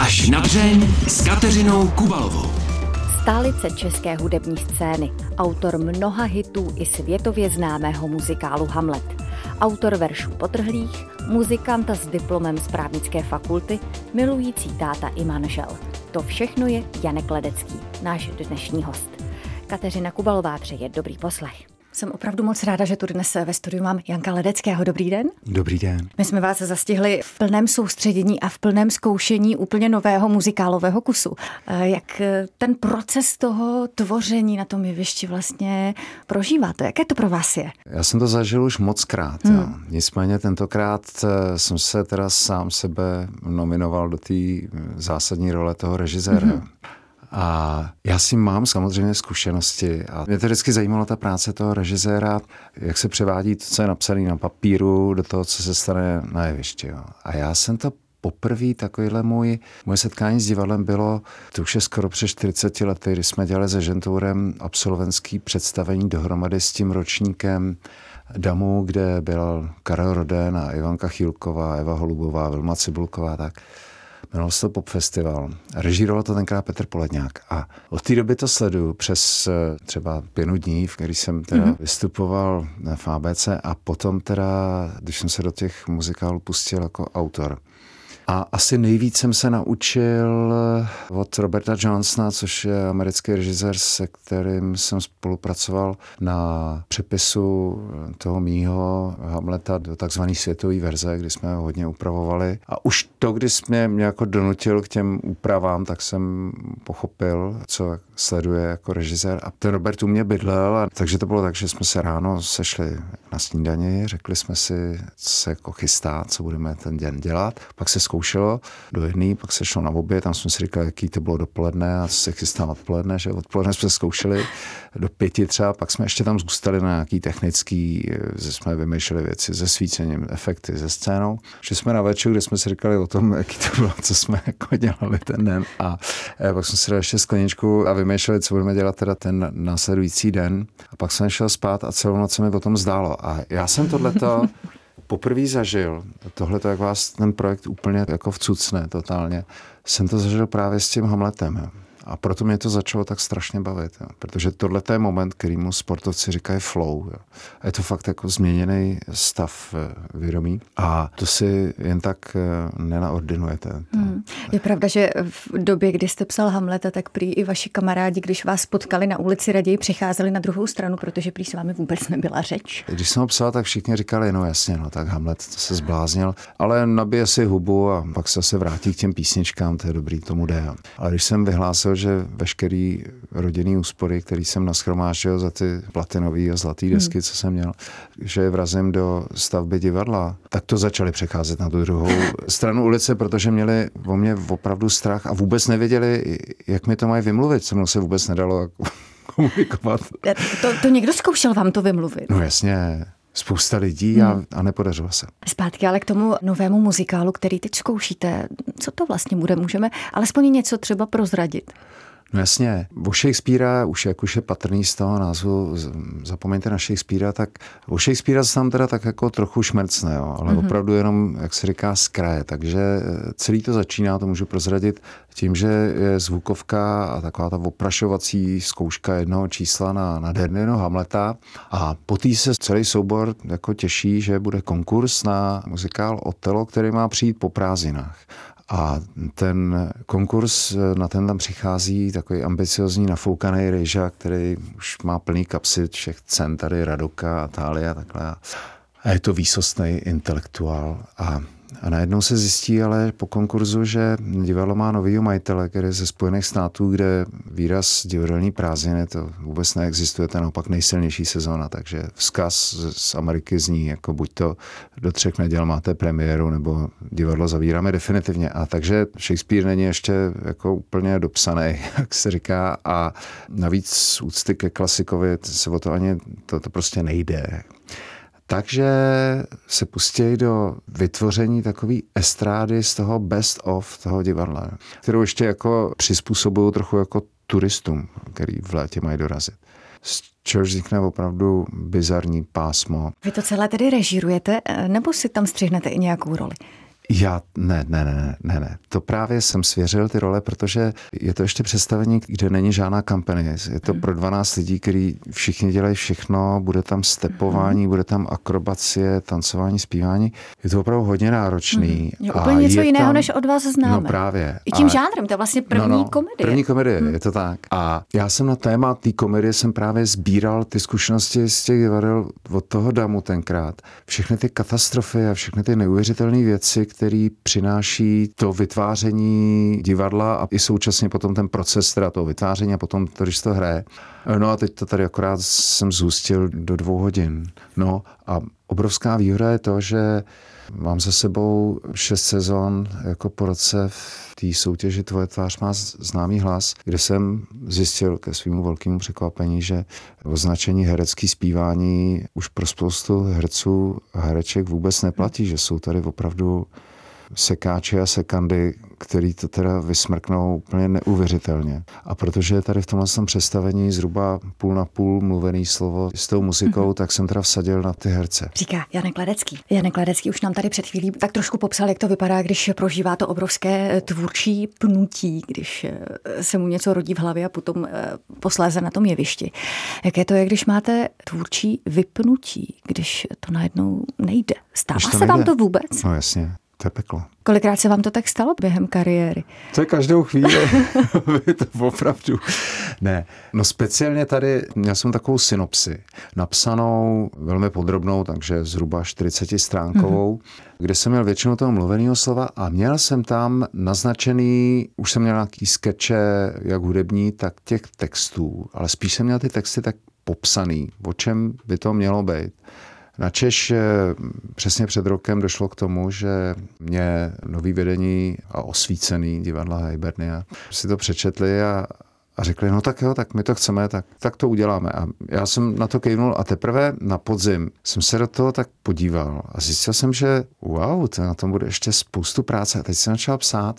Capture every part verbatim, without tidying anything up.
Až na dřeň s Kateřinou Kubalovou. Stálice české hudební scény, autor mnoha hitů i světově známého muzikálu Hamlet. Autor veršů potrhlých, muzikanta s diplomem z právnické fakulty, milující táta i manžel. To všechno je Janek Ledecký, náš dnešní host. Kateřina Kubalová přeje dobrý poslech. Jsem opravdu moc ráda, že tu dnes ve studiu mám Janka Ledeckého. Dobrý den. Dobrý den. My jsme vás zastihli v plném soustředění a v plném zkoušení úplně nového muzikálového kusu. Jak ten proces toho tvoření na tom jevišti vlastně prožíváte? Jaké to pro vás je? Já jsem to zažil už moc krát. Hmm. Nicméně tentokrát jsem se teda sám sebe nominoval do té zásadní role toho režiséra. Hmm. A já si mám samozřejmě zkušenosti a mě to vždycky zajímalo ta práce toho režiséra, jak se převádí to, co je napsané na papíru, do toho, co se stane na jevišti. Jo. A já jsem to poprvé takovýhle můj, moje setkání s divadlem bylo, to už je skoro před čtyřiceti lety, kdy jsme dělali se Žentourem absolventský představení dohromady s tím ročníkem Damu, kde byl Karel Roden a Ivanka Chýlková, Eva Holubová, Vilma Cibulková, tak. Jmenoval se to Pop Festival. Režíroval to tenkrát Petr Poledňák. A od té doby to sleduju přes třeba pěnu dní, v který jsem teda mm-hmm. vystupoval v A B C a potom teda, když jsem se do těch muzikálů pustil jako autor. A asi nejvíc jsem se naučil od Roberta Johnsona, což je americký režisér, se kterým jsem spolupracoval na přepisu toho mýho Hamleta do takzvané světové verze, kdy jsme ho hodně upravovali. A už to, když mě, mě jako donutil k těm úpravám, tak jsem pochopil, co sleduje jako režisér. A ten Robert u mě bydlel, a takže to bylo tak, že jsme se ráno sešli na snídani, řekli jsme si, co se jako chystá, co budeme ten den dělat. Pak se zkoušelo do jedné, pak se šlo na oběd, tam jsme si říkali, jaký to bylo dopoledne a co se chystá odpoledne, že odpoledne jsme zkoušeli do pěti třeba, pak jsme ještě tam zůstali na nějaký technický, že jsme vymýšleli věci se svícením, efekty, se scénou. Že jsme na večer, kde jsme si říkali o tom, jaký to bylo, co jsme jako dělali ten den a pak jsme si dali ještě skleničku a vymýšleli, co budeme dělat teda ten následující den. A pak jsem šel spát a celou noc se mi o tom zdálo. A já jsem tohleto poprvé zažil, tohleto, jak vás ten projekt úplně jako vcucne totálně, jsem to zažil právě s tím Hamletem. Jo. A proto mě to začalo tak strašně bavit, jo. Protože tohle je moment, kterýmu sportovci říkají flow. Jo. A je to fakt jako změněný stav vědomí a to si jen tak nenaordinujete. Hmm. Je pravda, že v době, kdy jste psal Hamleta, tak prý i vaši kamarádi, když vás potkali na ulici, raději přicházeli na druhou stranu, protože prý s vámi vůbec nebyla řeč. Když jsem ho psal, tak všichni říkali, no jasně, no tak Hamlet to se zbláznil, ale nabije si hubu a pak se zase vrátí k těm písničkám, to je dobrý, tomu jde. Ale když jsem vyhlásil, že veškerý rodinný úspory, který jsem nashromáždil za ty platinové a zlaté desky, hmm. co jsem měl, že je vrazím do stavby divadla, tak to začali přecházet na tu druhou stranu ulice, protože měli o mě opravdu strach a vůbec nevěděli, jak mi to mají vymluvit, co mnou se vůbec nedalo jako komunikovat. To, to někdo zkoušel vám to vymluvit? No jasně. Spousta lidí a, a nepodařilo se. Zpátky ale k tomu novému muzikálu, který teď zkoušíte. Co to vlastně bude? Můžeme alespoň něco třeba prozradit? No jasně, o Shakespearea, už jak už je patrný z toho názvu, zapomeňte na Shakespearea, tak o Shakespearea se tam teda tak jako trochu šmercne, jo, ale mm-hmm. opravdu jenom, jak se říká, z kraje. Takže celý to začíná, to můžu prozradit, tím, že je zvukovka a taková ta oprašovací zkouška jednoho čísla na, na Dernieho Hamleta a po té se celý soubor jako těší, že bude konkurs na muzikál Othello, který má přijít po prázdninách. A ten konkurs, na ten tam přichází takový ambiciozní nafoukaný rejža, který už má plný kapsy všech cen, tady Radoka a Thália a takhle. A je to výsostný intelektuál. A, a najednou se zjistí ale po konkurzu, že divadlo má novýho majitele, který je ze Spojených států, kde výraz divadelní prázdniny, to vůbec neexistuje, to je naopak nejsilnější sezóna, takže vzkaz z Ameriky zní, jako buď to do třech neděl máte premiéru, nebo divadlo zavíráme definitivně. A takže Shakespeare není ještě jako úplně dopsaný, jak se říká, a navíc z úcty ke klasikovi se o to ani, to, to prostě nejde. Takže se pustí do vytvoření takové estrády z toho best of toho divadla, kterou ještě jako přizpůsobují trochu jako turistům, který v létě mají dorazit. Z čehož vznikne opravdu bizarní pásmo. Vy to celé tedy režírujete, nebo si tam střihnete i nějakou roli? Já, ne, ne, ne, ne, ne. To právě jsem svěřil ty role, protože je to ještě představení, kde není žádná kampaně. Je to hmm. pro dvanáct lidí, kteří všichni dělají všechno, bude tam stepování, hmm. bude tam akrobacie, tancování, zpívání. Je to opravdu hodně náročný. Hmm. Je úplně něco jiného, tam, než od vás známe. No právě. I tím a, žánrem, to je vlastně první no, no, komedie. První komedie, hmm. je to tak. A já jsem na téma té komedie jsem právě sbíral ty zkušenosti z těch divadel od toho Damu tenkrát. Všechny ty katastrofy a všechny ty neuvěřitelné věci, který přináší to vytváření divadla a i současně potom ten proces teda toho vytváření a potom to, když to hraje. No a teď to tady akorát jsem zhustil do dvou hodin. No a obrovská výhoda je to, že mám za sebou šest sezon jako po roce v té soutěži Tvoje tvář má známý hlas, kde jsem zjistil ke svému velkému překvapení, že označení herecký zpívání už pro spoustu herců a hereček vůbec neplatí, že jsou tady opravdu sekáči a sekandy, který to teda vysmrknou úplně neuvěřitelně. A protože je tady v tomhle představení zhruba půl na půl mluvený slovo s tou muzikou, mm-hmm. tak jsem teda vsadil na ty herce. Říká Janek Ledecký. Janek Ledecký už nám tady před chvílí tak trošku popsal, jak to vypadá, když prožívá to obrovské tvůrčí pnutí, když se mu něco rodí v hlavě a potom posléze na tom jevišti. Jaké to je, když máte tvůrčí vypnutí, když to najednou nejde? Stává se nejde. Vám to vůbec? No jasně. To je peklo. Kolikrát se vám to tak stalo během kariéry? To je každou chvíli. Je to opravdu. Ne. No speciálně tady měl jsem takovou synopsi. Napsanou velmi podrobnou, takže zhruba čtyřicetistránkovou, mm-hmm. kde jsem měl většinu toho mluveného slova a měl jsem tam naznačený, už jsem měl nějaký skeče, jak hudební, tak těch textů, ale spíš jsem měl ty texty tak popsaný, o čem by to mělo být. Načež přesně před rokem došlo k tomu, že mě nový vedení a osvícený divadla Hibernia si to přečetli a, a řekli, no tak jo, tak my to chceme, tak, tak to uděláme. A já jsem na to kejvnul a teprve na podzim jsem se do toho tak podíval a zjistil jsem, že wow, to na tom bude ještě spoustu práce. A teď jsem začal psát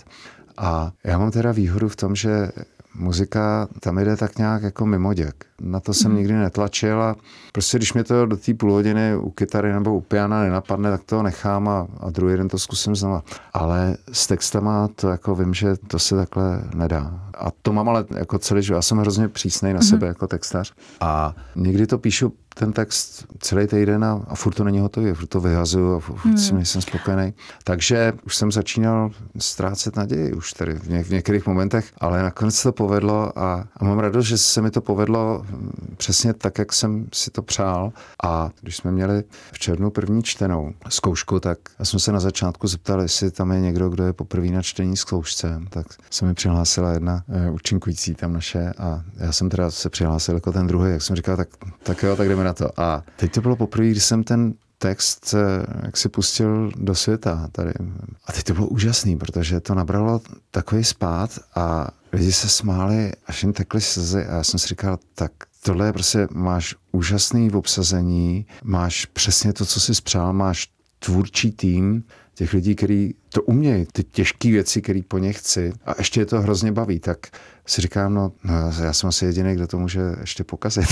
a já mám teda výhodu v tom, že muzika tam jde tak nějak jako mimoděk. Na to jsem mm. nikdy netlačil a prostě když mě to do té půl hodiny u kytary nebo u piana nenapadne, tak to nechám a, a druhý den to zkusím znova. Ale s textama to jako vím, že to se takhle nedá. A to mám ale jako celý život. Já jsem hrozně přísnej na mm. sebe jako textař a někdy to píšu ten text celý týden a, a furt to není hotový, furt to vyhazuju a furt mm. si nejsem spokojený. Takže už jsem začínal ztrácet naději už tady v, něk- v některých momentech, ale nakonec se to povedlo a, a mám radost, že se mi to povedlo přesně tak, jak jsem si to přál. A když jsme měli v červnu první čtenou zkoušku, tak já jsem se na začátku zeptal, jestli tam je někdo, kdo je poprvé na čtení zkoušce, tak se mi přihlásila jedna e, účinkující tam naše a já jsem teda se přihlásil jako ten druhý, jak jsem říkal, tak, tak jo, tak jdeme na to. A teď to bylo poprvé, když jsem ten text jak si pustil do světa tady. A teď to bylo úžasný, protože to nabralo takový spád a lidi se smáli, až jim tekly slzy a já jsem si říkal, tak tohle je prostě, máš úžasný obsazení, máš přesně to, co jsi spřál, máš tvůrčí tým těch lidí, kteří to umějí, ty těžké věci, které po ně chci a ještě je to hrozně baví, tak si říkám, no, no já jsem asi jediný, kdo to může ještě pokazit.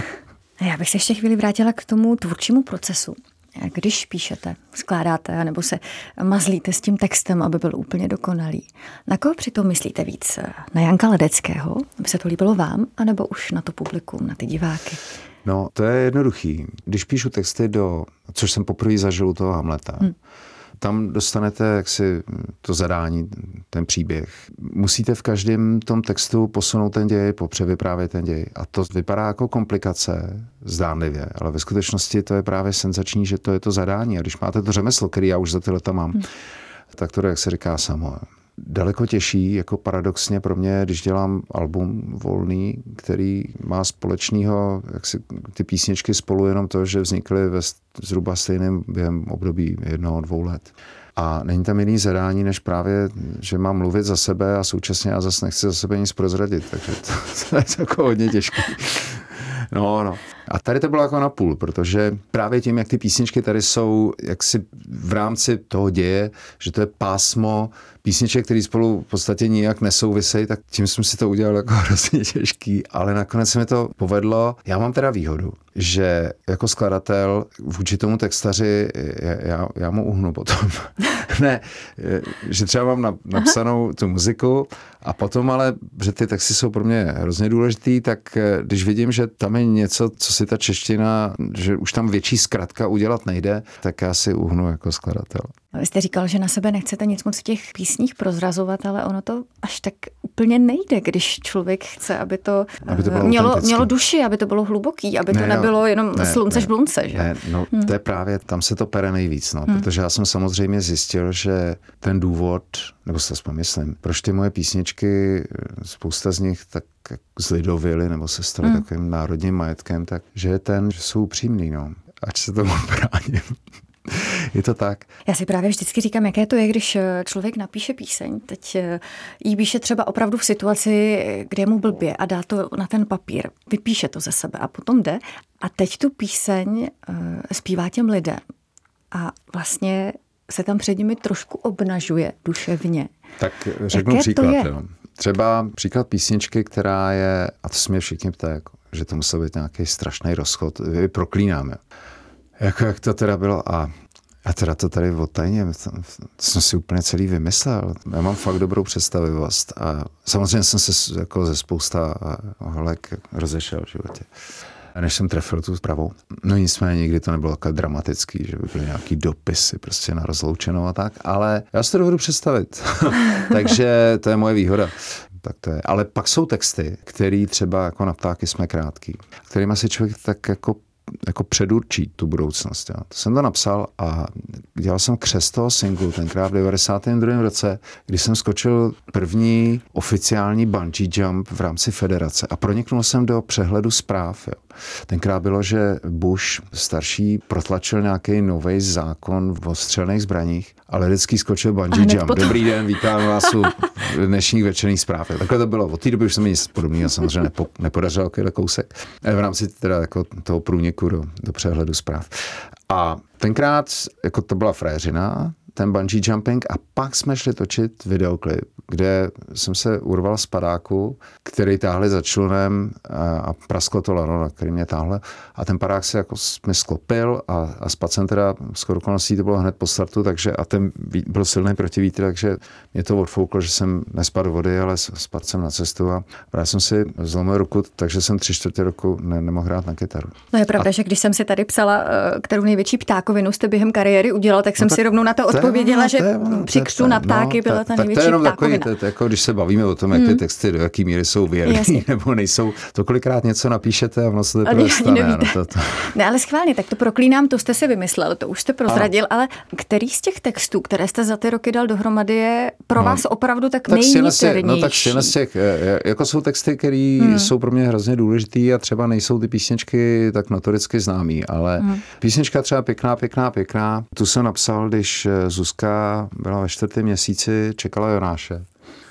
Já bych se ještě chvíli vrátila k tomu tvůrčímu procesu. Když píšete, skládáte, nebo se mazlíte s tím textem, aby byl úplně dokonalý. Na koho přitom myslíte víc? Na Janka Ledeckého, aby se to líbilo vám, anebo už na to publikum, na ty diváky? No, to je jednoduchý. Když píšu texty do, což jsem poprvé zažil u toho Hamleta, hmm. tam dostanete jaksi to zadání, ten příběh. Musíte v každém tom textu posunout ten děj, popřevyprávět ten děj. A to vypadá jako komplikace, zdánlivě, ale ve skutečnosti to je právě senzační, že to je to zadání. A když máte to řemeslo, který já už za ty leta mám, hmm. tak to, jak se říká, samo. Daleko těžší, jako paradoxně pro mě, když dělám album volný, který má společného, jak si ty písničky spolu jenom to, že vznikly ve zhruba stejném během období jednoho, dvou let. A není tam jiný zadání, než právě, že mám mluvit za sebe a současně já zase nechci za sebe nic prozradit, takže to, to je jako hodně těžké. No, no. A tady to bylo jako napůl, protože právě tím, jak ty písničky tady jsou, jak si v rámci toho děje, že to je pásmo písniček, který spolu v podstatě nijak nesouvisejí, tak tím jsem si to udělal jako hrozně těžký, ale nakonec se mi to povedlo. Já mám teda výhodu, že jako skladatel vůči tomu textaři já, já mu uhnu potom. Ne, že třeba mám napsanou tu muziku a potom ale, že ty texty jsou pro mě hrozně důležitý, tak když vidím, že tam je něco, co si ta čeština, že už tam větší zkratka udělat nejde, tak já si uhnu jako skladatel. Vy jste říkal, že na sebe nechcete nic moc v těch písních prozrazovat, ale ono to až tak úplně nejde, když člověk chce, aby to, aby to mělo, mělo duši, aby to bylo hluboký, aby ne, to nebylo jenom ne, slunce ne, žblunce. Že? Ne, no hmm. to je právě, tam se to pere nejvíc, no, hmm. protože já jsem samozřejmě zjistil, že ten důvod, nebo si aspoň myslím, proč ty moje písničky, spousta z nich tak zlidověly, nebo se staly hmm. takovým národním majetkem, tak že je ten, že jsou upřímný, no, ať se tomu bráním. Je to tak. Já si právě vždycky říkám, jaké to je, když člověk napíše píseň. Teď jí píše třeba opravdu v situaci, kde je mu blbě a dá to na ten papír. Vypíše to ze sebe a potom jde. A teď tu píseň uh, zpívá těm lidem. A vlastně se tam před nimi trošku obnažuje duševně. Tak řeknu jaké příklad. Jo. Třeba příklad písničky, která je, a to se mě všichni ptají, jako, že to musel být nějaký strašný rozchod. Vy proklínáme. Jako jak to teda bylo a já teda to tady odtajně, to, to jsem si úplně celý vymyslel. Já mám fakt dobrou představivost a samozřejmě jsem se jako ze spousta holek rozešel v životě. A než jsem trefil tu pravou. No nicméně nikdy to nebylo tak dramatický, že by byly nějaký dopisy prostě na rozloučenou a tak, ale já si to dovedu představit. Takže to je moje výhoda. Tak to je. Ale pak jsou texty, který třeba jako Na ptáky jsme krátký, kterýma si člověk tak jako jako předurčí tu budoucnost. Jo. To jsem to napsal a dělal jsem křest toho singlu tenkrát v devadesátém druhém roce, kdy jsem skočil první oficiální bungee jump v rámci federace a proniknul jsem do přehledu zpráv. Jo. Tenkrát bylo, že Bush starší protlačil nějaký nový zákon o střelných zbraních, ale vždycky skočil bungee jump. Potom. Dobrý den, vítám vás u dnešních večerních zpráv. Takhle to bylo. Od té doby už se mi nic podobného samozřejmě nepo, nepodařilo takovýhle kousek. V rámci teda jako toho průniku do, do přehledu zpráv. A tenkrát jako to byla frajeřina, ten bungee jumping a pak jsme šli točit videoklip, kde jsem se urval z padáku, který táhli za člunem a, a prasklo to lano, na který mě táhle. A ten padák se jako mi sklopil a, a spadl jsem teda, skoro okolností to bylo hned po startu, takže a ten byl silný protivítr, takže mě to odfouklo, že jsem nespadl do vody, ale spadl jsem na cestu a právě jsem si zlomil ruku, takže jsem tři čtvrtě roku ne, nemohl hrát na kytaru. No je pravda, a... že když jsem si tady psala, kterou největší ptákovinu jste během kariéry udělal, tak jsem no, tak si rovnou na to odpověděla, že při křtu na ptáky no, byla ta největší to je jenom ptákovina. Takový, to, jako když se bavíme o tom, jak ty hmm. texty do jaký míry jsou věrný nebo nejsou, to kolikrát něco napíšete a ono se teprve stane. No, to, to. Ne, ale schválně, tak to proklínám, to jste si vymyslel, to už jste prozradil, ano. Ale který z těch textů, které jste za ty roky dal dohromady, je pro no, vás opravdu tak, tak nejniternější? No tak stejně z těch, jako jsou texty, které hmm. jsou pro mě hrozně důležitý a třeba nejsou ty písničky tak notoricky známý, ale hmm. písnička třeba pěkná, pěkná, pěkná, tu jsem napsal, když Zuzka byla ve čtvrtém měsíci, čekala Jonáše.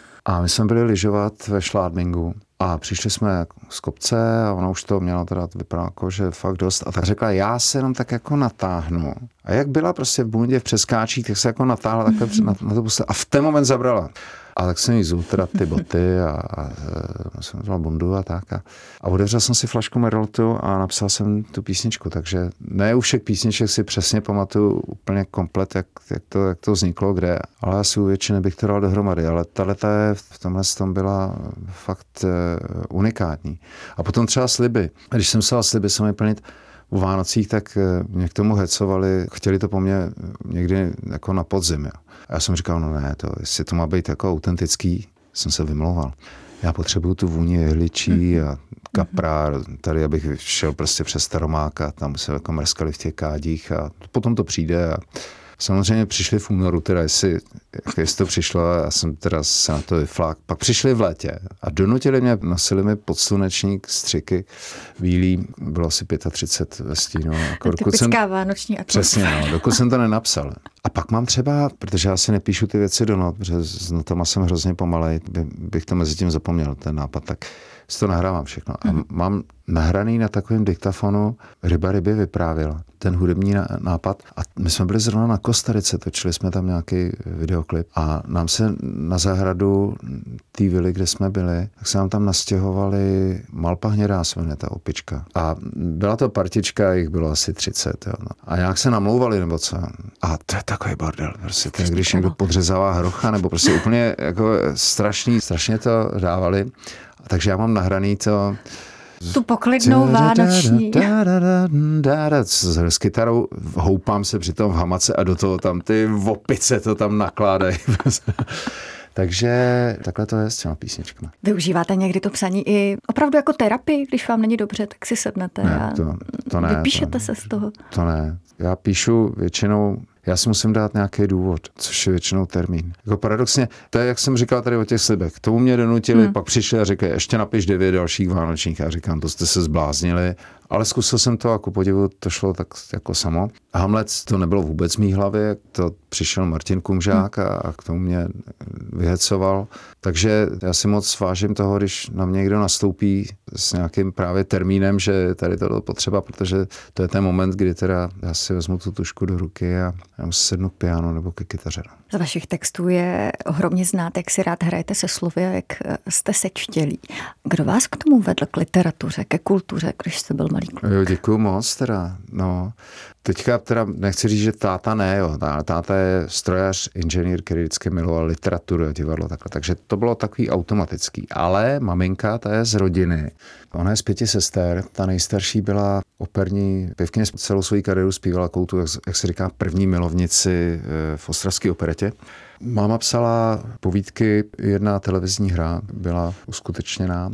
A my jsme byli lyžovat ve Šládmingu a přišli jsme z kopce a ona už to měla teda vypadá jako, že fakt dost. A tak řekla, já se jenom tak jako natáhnu. A jak byla prostě v bundě v přeskáčích, tak se jako natáhla takhle mm-hmm. na, na to pustil. A v ten moment zabrala. A tak jsem jí zul teda ty boty a, a, a jsem vzal bundu a tak. A, a otevřel jsem si flašku Merlotu a napsal jsem tu písničku. Takže ne u všech písniček si přesně pamatuju úplně komplet, jak, jak, to, jak to vzniklo, kde. Ale asi u většiny bych to dal dohromady. Ale tahleta je v tomhle tom byla fakt uh, unikátní. A potom třeba sliby. Když jsem psal sliby, jsem je plnit u Vánocích, tak mě k tomu hecovali, chtěli to po mně někdy jako na podzim. Jo. A já jsem říkal, no ne, to, jestli to má být jako autentický, jsem se vymlouval. Já potřebuju tu vůni jehličí a kapra, tady abych šel prostě přes Staromák a tam se jako mrskali v těch kádích a potom to přijde a Samozřejmě přišli v únoru, teda jestli, jestli to přišlo, já jsem teda se na to vyflák. Pak přišli v létě a donutili mě, nosili mi podslunečník, střiky, bílý, bylo asi třicet pět ve stínu. Jako, typická jsem, vánoční atmosféra. Přesně, no, dokud jsem to nenapsal. A pak mám třeba, protože já si nepíšu ty věci do not, protože s notama jsem hrozně pomalej, by, bych to mezi tím zapomněl, ten nápad, tak si to nahrávám všechno. A mm. mám nahraný na takovém diktafonu Ryba ryby vyprávěla, ten hudební nápad. A my jsme byli zrovna na Kostarice, točili jsme tam nějaký videoklip a nám se na zahradu té vily, kde jsme byli, tak se nám tam nastěhovali Malpa hnědá se jmenuje ta opička. A byla to partička, jich bylo asi třicet. Jo, no. A nějak se namlouvali nebo co. A to je takový bordel. Prostě to je, když někdo podřezává hrocha, nebo prostě úplně jako strašný, strašně to dávali. Takže já mám nahraný to... Tu poklidnou vánoční. S kytarou houpám se přitom v hamace a do toho tam ty opice to tam nakládají. Takže takhle to je s těma písničkama. Využíváte někdy to psaní i opravdu jako terapii, když vám není dobře, tak si sednete ne, a to, to ne, vypíšete to, se z toho? To ne. Já píšu většinou, já si musím dát nějaký důvod, což je většinou termín. Jako paradoxně, to je, jak jsem říkal tady o těch slibech. K tomu mě donutili, hmm. pak přišli a řekli, ještě napiš devět dalších vánočních. A říkám, to jste se zbláznili. Ale zkusil jsem to a ku podivu to šlo tak jako samo. Hamlet to nebylo vůbec v mý hlavě, to přišel Martin Kumžák hmm. a k tomu mě vyhecoval. Takže já si moc vážím toho, když na mě někdo nastoupí s nějakým právě termínem, že tady to bylo potřeba, protože to je ten moment, kdy teda já si vezmu tu tušku do ruky a já musím sednout k pianu nebo ke kytaře. Z vašich textů je ohromně znát, jak si rád hrajete se slovy, jak jste sečtělí. Kdo vás k tomu vedl, k literatuře, ke kultuře, když jste byl malý kluk? Jo, děkuju moc teda, no. Teďka teda nechci říct, že táta ne, jo. Táta je strojař, inženýr, který vždycky miloval literaturu a divadlo takhle. Takže to bylo takový automatický. Ale maminka, ta je z rodiny. Ona je z pěti sester. Ta nejstarší byla operní pěvkyně, celou svou kariéru zpívala koutu, jak, jak se říká, první milovnici v ostravské operetě. Máma psala povídky, jedna televizní hra byla uskutečněná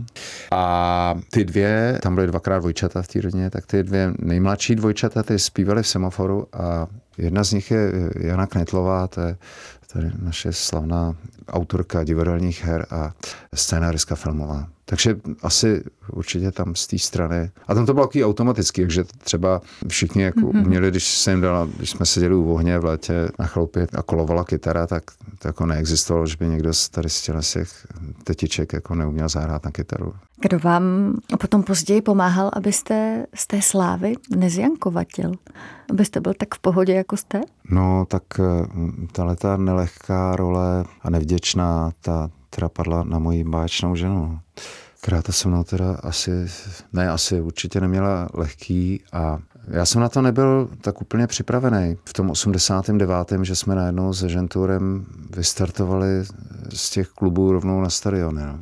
a ty dvě, tam byly dvakrát dvojčata v té rodině, tak ty dvě nejmladší dvojčata ty zpívaly v Semaforu a jedna z nich je Jana Knitlová, to je tady naše slavná autorka divadelních her a scénáristka filmová. Takže asi určitě tam z té strany. A tam to bylo takový automatický, takže třeba všichni jako mm-hmm. uměli, když jsem dala, když jsme seděli u ohně v létě na chloupě a kolovala kytara, tak to jako neexistovalo, že by někdo tady z těch tetiček jako neuměl zahrát na kytaru. Kdo vám potom později pomáhal, abyste z té slávy nezjankovatil? Abyste byl tak v pohodě, jako jste? No, tak tahleta nelehká role a nevděčná, ta která padla na moji báječnou ženu, která to se mnou teda asi, ne, asi určitě neměla lehký a já jsem na to nebyl tak úplně připravený. V tom osmdesátém devátém že jsme najednou se ženturem vystartovali z těch klubů rovnou na stadiony. No.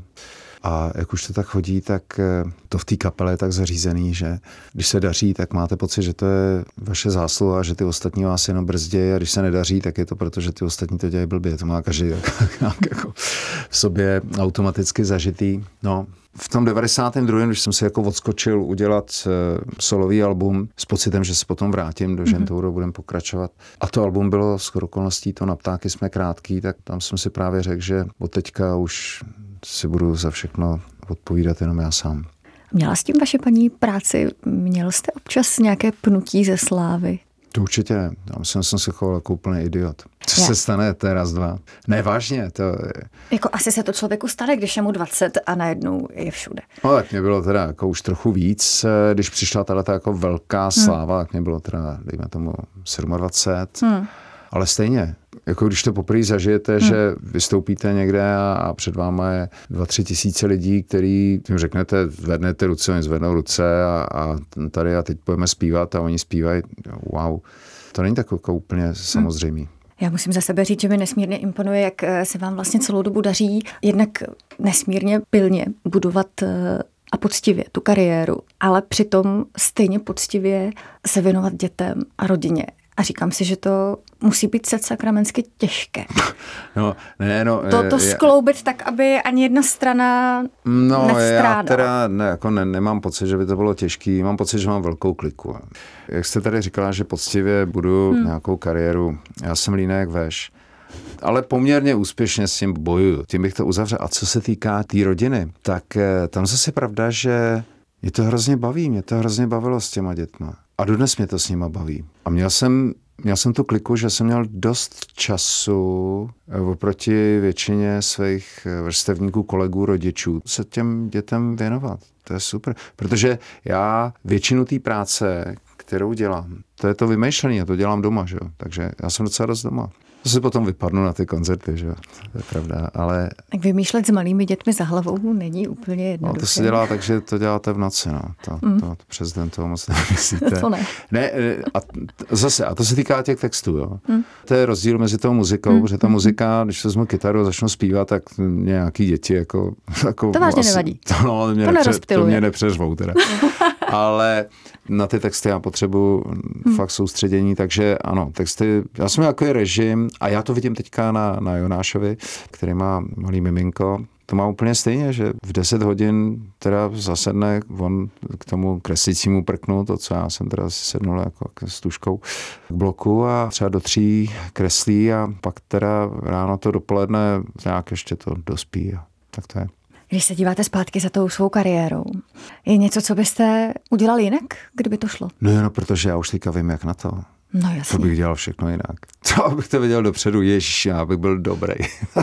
A jak už to tak chodí, tak to v té kapele je tak zařízený, že když se daří, tak máte pocit, že to je vaše zásluha, že ty ostatní vás jenom brzdí a když se nedaří, tak je to proto, že ty ostatní to dělají blbě. To má každý jako v sobě automaticky zažitý. No, v tom devadesátém druhém když jsem si jako odskočil udělat solový album s pocitem, že se potom vrátím do Žentouru, mm-hmm. budem pokračovat. A to album bylo skoro okolností, to Na ptáky jsme krátký, tak tam jsem si právě řekl, že od teďka už si budu za všechno odpovídat jenom já sám. Měla s tím vaše paní práci? Měl jste občas nějaké pnutí ze slávy? To určitě ne. Já myslím, že jsem se choval jako úplný idiot. Co Já. se stane, to je raz, dva. Ne, vážně. To je... Jako asi se to člověku stane, když je mu dvacet a najednou je všude. No tak mě bylo teda jako už trochu víc, když přišla tato jako velká sláva, hmm. tak mě bylo teda, dejme tomu, dvacet sedm. Hmm. Ale stejně, jako když to poprvé zažijete, hmm. že vystoupíte někde a, a před váma je dva, tři tisíce lidí, který tím řeknete, zvednete ruce, oni zvednou ruce a, a tady a teď budeme zpívat a oni zpívají, wow. To není tak jako úplně samozřejmý. Hmm. Já musím za sebe říct, že mi nesmírně imponuje, jak se vám vlastně celou dobu daří jednak nesmírně pilně budovat a poctivě tu kariéru, ale přitom stejně poctivě se věnovat dětem a rodině. A říkám si, že to musí být sakramensky těžké. No, ne, no, to, to skloubit tak, aby ani jedna strana no, nevstrádala. Já teda ne, jako ne, nemám pocit, že by to bylo těžký. Mám pocit, že mám velkou kliku. Jak jste tady říkala, že poctivě budu hmm. nějakou kariéru. Já jsem línej jak veš. Ale poměrně úspěšně s tím bojuju. Tím bych to uzavřel. A co se týká té tý rodiny, tak tam zase pravda, že mě to hrozně baví. Mě to hrozně bavilo s těma dětma. A dodnes mě to s nima baví. A měl jsem, měl jsem tu kliku, že jsem měl dost času oproti většině svých vrstevníků, kolegů, rodičů se těm dětem věnovat. To je super. Protože já většinu té práce, kterou dělám, to je to vymýšlení a to dělám doma, že jo? Takže já jsem docela dost doma. To si potom vypadnu na ty koncerty, že jo, to je pravda, ale... Tak vymýšlet s malými dětmi za hlavou není úplně jednoduché. No to se dělá tak, že to děláte v noci, no. To, mm. to, to přes den toho moc nemyslíte. To ne. Ne, a zase, a to se týká těch textů, jo. Mm. To je rozdíl mezi tou muzikou, mm. protože ta muzika, když vezmu kytaru a začnu zpívat, tak nějaký děti jako... jako to vážně asi, nevadí. To, no, mě to, nepře, to mě nepřeřvou teda. Ale na ty texty já potřebuji hmm. fakt soustředění, takže ano, texty, já jsem jako režim a já to vidím teďka na, na Jonášovi, který má malý miminko, to má úplně stejně, že v deset hodin teda zasedne on k tomu kreslícímu prknu, to, co já jsem teda sednul jako s tužkou k bloku a třeba do tří kreslí a pak teda ráno to dopoledne nějak ještě to dospí a tak to je. Když se díváte zpátky za tou svou kariérou, je něco, co byste udělali jinak, kdyby to šlo? No jo, protože já už teďka vím, jak na to. No jasně. To bych dělal všechno jinak. To bych to viděl dopředu, ježiš, já bych byl dobrý.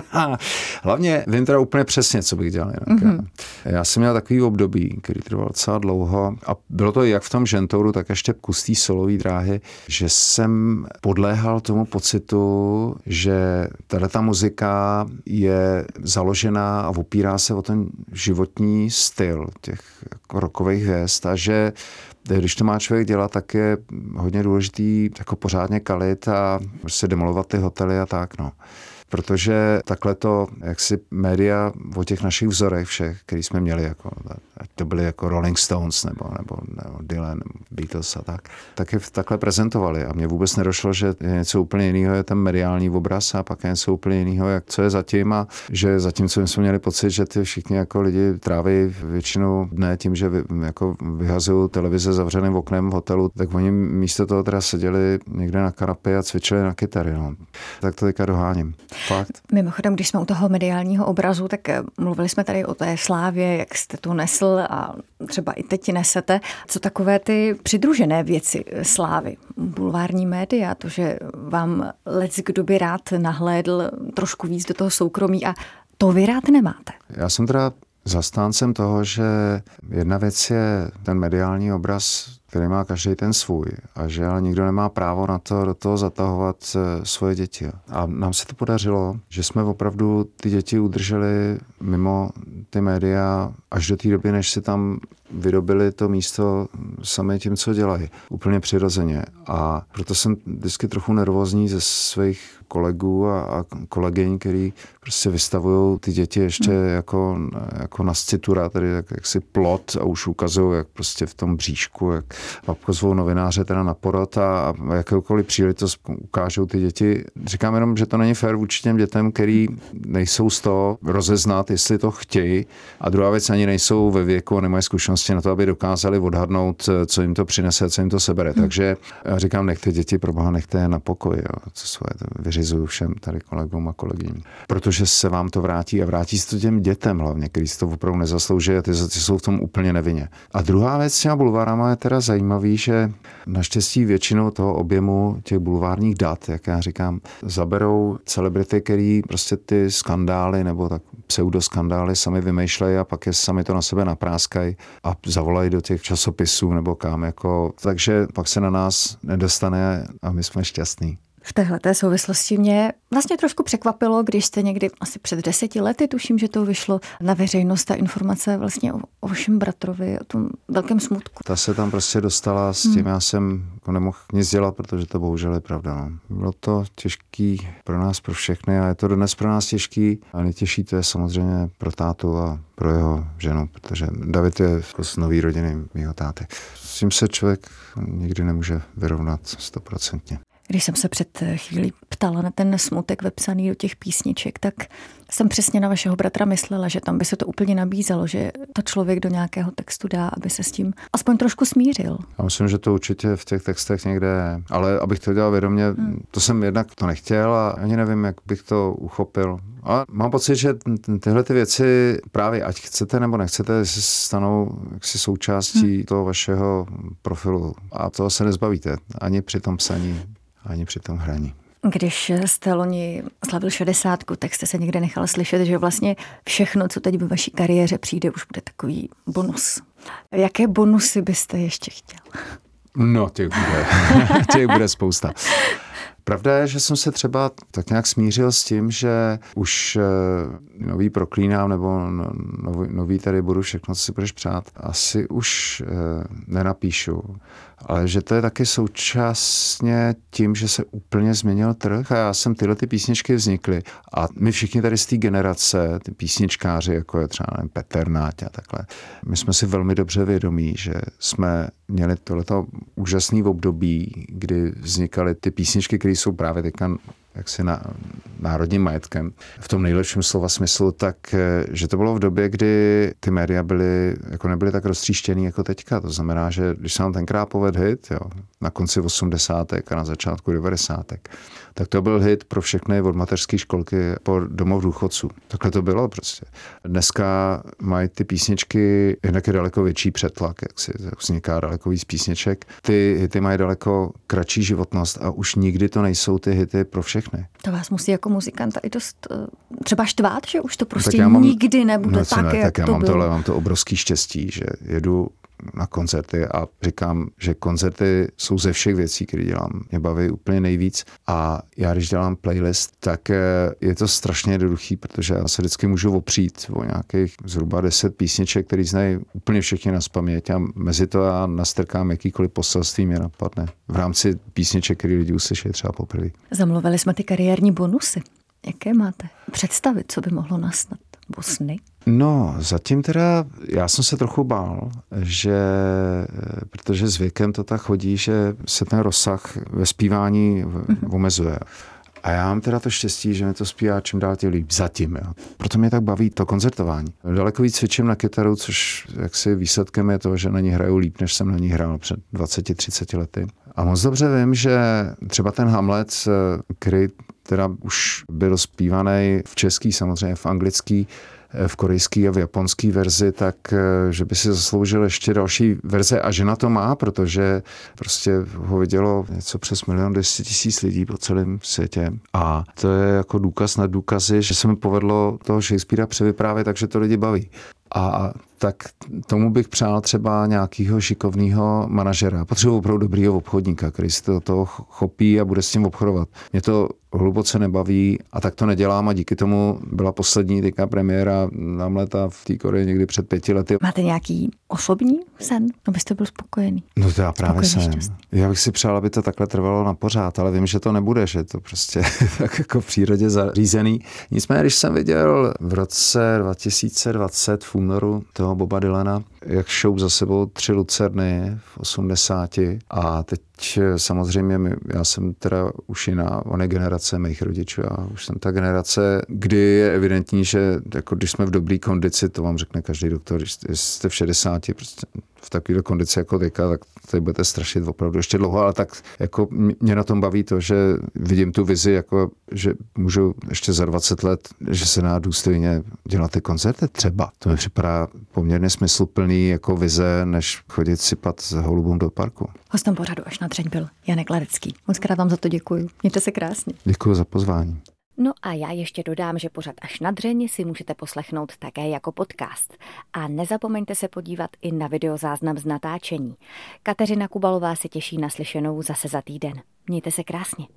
Hlavně vím teda úplně přesně, co bych dělal jinak. Mm-hmm. Já jsem měl takový období, který trval docela dlouho a bylo to jak v tom žentouru, tak ještě kus té solový dráhy, že jsem podléhal tomu pocitu, že tato muzika je založená a opírá se o ten životní styl těch jako rockových hvězd a že když to má člověk dělat, tak je hodně důležitý jako pořádně kalit a prostě demolovat ty hotely a tak, no. Protože takhle to, jak si média o těch našich vzorech všech, který jsme měli, jako, ať to byly jako Rolling Stones nebo, nebo, nebo Dylan, nebo Beatles a tak, tak je takhle prezentovali a mně vůbec nedošlo, že je něco úplně jiného, je ten mediální obraz a pak je něco úplně jiného, jak co je zatím a že zatímco jsme měli pocit, že ty všichni jako lidi tráví většinu dne tím, že vy, jako vyhazují televize zavřeným oknem v hotelu, tak oni místo toho teda seděli někde na kanapě a cvičili na kytary, no. Tak to teďka doháním. Fakt. Mimochodem, když jsme u toho mediálního obrazu, tak mluvili jsme tady o té slávě, jak jste tu nesl a třeba i teď nesete. Co takové ty přidružené věci slávy? Bulvární média, to, že vám leckdo by rád nahlédl trošku víc do toho soukromí a to vy rád nemáte. Já jsem teda zastáncem toho, že jedna věc je ten mediální obraz, který má každý ten svůj a že ale nikdo nemá právo na to do toho zatahovat svoje děti. A nám se to podařilo, že jsme opravdu ty děti udrželi mimo ty média až do té doby, než si tam vydobili to místo sami tím, co dělají. Úplně přirozeně. A proto jsem vždycky trochu nervózní ze svých kolegů a, a kolegyň, který prostě vystavují ty děti ještě hmm. jako, jako nascitura, tedy jak, jak si plot a už ukazují, jak prostě v tom bříšku, jak obkozvou novináře teda na porod a, a jakoukoliv příležitost ukážou ty děti. Říkám jenom, že to není fér vůči těm dětem, který nejsou z toho rozeznat, jestli to chtějí a druhá věc, ani nejsou ve věku a nemají zkušenosti na to, aby dokázali odhadnout, co jim to přinese, co jim to sebere. Hmm. Takže já říkám, nechte děti, proboha, nechte je na pokoji. Jo. Co svoje, to vyřizuju všem tady kolegům a kolegyním. Protože se vám to vrátí a vrátí se to těm dětem hlavně, který si to opravdu nezaslouží a ty, ty jsou v tom úplně nevinně. A druhá věc s těma bulvárama je teda zajímavý, že naštěstí většinou toho objemu těch bulvárních dat, jak já říkám, zaberou celebrity, který prostě ty skandály nebo tak pseudoskandály sami vymýšlejí a pak je sami to na sebe napráskají a zavolají do těch časopisů nebo kam. Jako, takže pak se na nás nedostane a my jsme šťastní. V téhleté souvislosti mě vlastně trošku překvapilo, když jste někdy asi před deseti lety, tuším, že to vyšlo na veřejnost, ta informace vlastně o, o vašem bratrovi, o tom velkém smutku. Ta se tam prostě dostala, s tím hmm. já jsem jako nemohl nic dělat, protože to bohužel je pravda. No. Bylo to těžký pro nás, pro všechny a je to dnes pro nás těžký a nejtěžší to je samozřejmě pro tátu a pro jeho ženu, protože David je jako z nový rodiny mýho táty. S tím se člověk nikdy nemůže vyrovnat stoprocentně. Když jsem se před chvílí ptala na ten smutek vepsaný do těch písniček, tak jsem přesně na vašeho bratra myslela, že tam by se to úplně nabízelo, že to člověk do nějakého textu dá, aby se s tím aspoň trošku smířil. Já myslím, že to určitě v těch textech někde je. Ale abych to dělal vědomě, hmm. to jsem jednak to nechtěl a ani nevím, jak bych to uchopil. Ale mám pocit, že tyhle ty věci právě, ať chcete nebo nechcete, se stanou jaksi součástí hmm. toho vašeho profilu. A toho se nezbavíte ani při tom psaní, ani při tom hraní. Když jste loni slavil šedesátku, tak jste se někde nechal slyšet, že vlastně všechno, co teď ve vaší kariéře přijde, už bude takový bonus. Jaké bonusy byste ještě chtěl? No, těch bude. těch bude spousta. Pravda je, že jsem se třeba tak nějak smířil s tím, že už nový proklínám nebo nový, nový tady budu všechno, co si budeš přát, asi už nenapíšu. Ale že to je taky současně tím, že se úplně změnil trh a já jsem tyhle ty písničky vznikly. A my všichni tady z té generace, ty písničkáři, jako je třeba nevím, Petr Náť a takhle, my jsme si velmi dobře vědomí, že jsme měli tohleto úžasné období, kdy vznikaly ty písničky, které jsou právě teďka jaksi na, národním majetkem. V tom nejlepším slova smyslu, tak, že to bylo v době, kdy ty média byly, jako nebyly tak roztříštěný jako teďka. To znamená, že když se nám tenkrát povedl hit, jo, na konci osmdesátek a na začátku devadesátek, tak to byl hit pro všechny od mateřské školky po domov důchodců. Takhle to bylo prostě. Dneska mají ty písničky jednak je daleko větší přetlak, jak si vzniká daleko víc písniček. Ty hity mají daleko kratší životnost a už nikdy to nejsou ty hity pro všechny. To vás musí jako muzikanta i dost třeba štvát, že už to prostě mám, nikdy nebude no, tak, ne, jak tak já to mám bylo. Tohle, mám to obrovský štěstí, že jedu na koncerty a říkám, že koncerty jsou ze všech věcí, které dělám. Mě baví úplně nejvíc a já, když dělám playlist, tak je to strašně jednoduchý, protože já se vždycky můžu opřít o nějakých zhruba deset písniček, které znají úplně všichni nazpaměť a mezi to já nastrkám jakýkoliv poselství mě napadne v rámci písniček, které lidi uslyší třeba poprvé. Zamluvili jsme ty kariérní bonusy. Jaké máte představit, co by mohlo nastat? Nebo sny? No, zatím teda, já jsem se trochu bál, že, protože s věkem to tak chodí, že se ten rozsah ve zpívání mm-hmm. omezuje. A já mám teda to štěstí, že mi to zpívá čím dál tím líp. Zatím, jo. Proto mě tak baví to koncertování. Daleko víc cvičím na kytaru, což jaksi výsledkem je to, že na ní hraju líp, než jsem na ní hrál před dvaceti třiceti lety. A moc dobře vím, že třeba ten Hamlet, který teda už byl zpívaný v český, samozřejmě v anglický, v korejský a v japonský verzi, tak že by si zasloužil ještě další verze a že na to má, protože prostě ho vidělo něco přes milion deset tisíc lidí po celém světě a to je jako důkaz nad důkazy, že se mi povedlo toho Shakespearea převyprávět, takže to lidi baví. A tak tomu bych přál třeba nějakého šikovného manažera. Potřebuji opravdu dobrýho obchodníka, který si to do toho chopí a bude s tím obchodovat. Mě to hluboce nebaví a tak to nedělám a díky tomu byla poslední teďka premiéra Hamleta v té Koreji někdy před pěti lety. Máte nějaký osobní sen? Abyste byl spokojený? No to já právě jsem. Šťastný. Já bych si přál, aby to takhle trvalo na pořád, ale vím, že to nebude, že to prostě tak jako v přírodě zařízený. Nicméně, když jsem viděl v roce dva tisíce dvacet v únoru toho Boba Dylana, jak šou za sebou tři lucerny v osmdesáti a teď samozřejmě my, já jsem teda už jiná, on je generace mých rodičů, já už jsem ta generace, kdy je evidentní, že jako když jsme v dobré kondici, to vám řekne každý doktor, když jste v šedesáti, prostě v takové kondici jako teďka, tak tady budete strašit opravdu ještě dlouho, ale tak jako mě na tom baví to, že vidím tu vizi, jako že můžu ještě za dvacet let, že se dá důstojně dělat ty koncerty třeba. To mi připadá poměrně smysluplný jako vize, než chodit sypat s holubům do parku. Hostem pořadu Až na dřeň byl Janek Ledecký. Moc krát vám za to děkuju. Mějte se krásně. Děkuji za pozvání. No a já ještě dodám, že pořad Až na dřeň si můžete poslechnout také jako podcast. A nezapomeňte se podívat i na videozáznam z natáčení. Kateřina Kubalová se těší na slyšenou zase za týden. Mějte se krásně.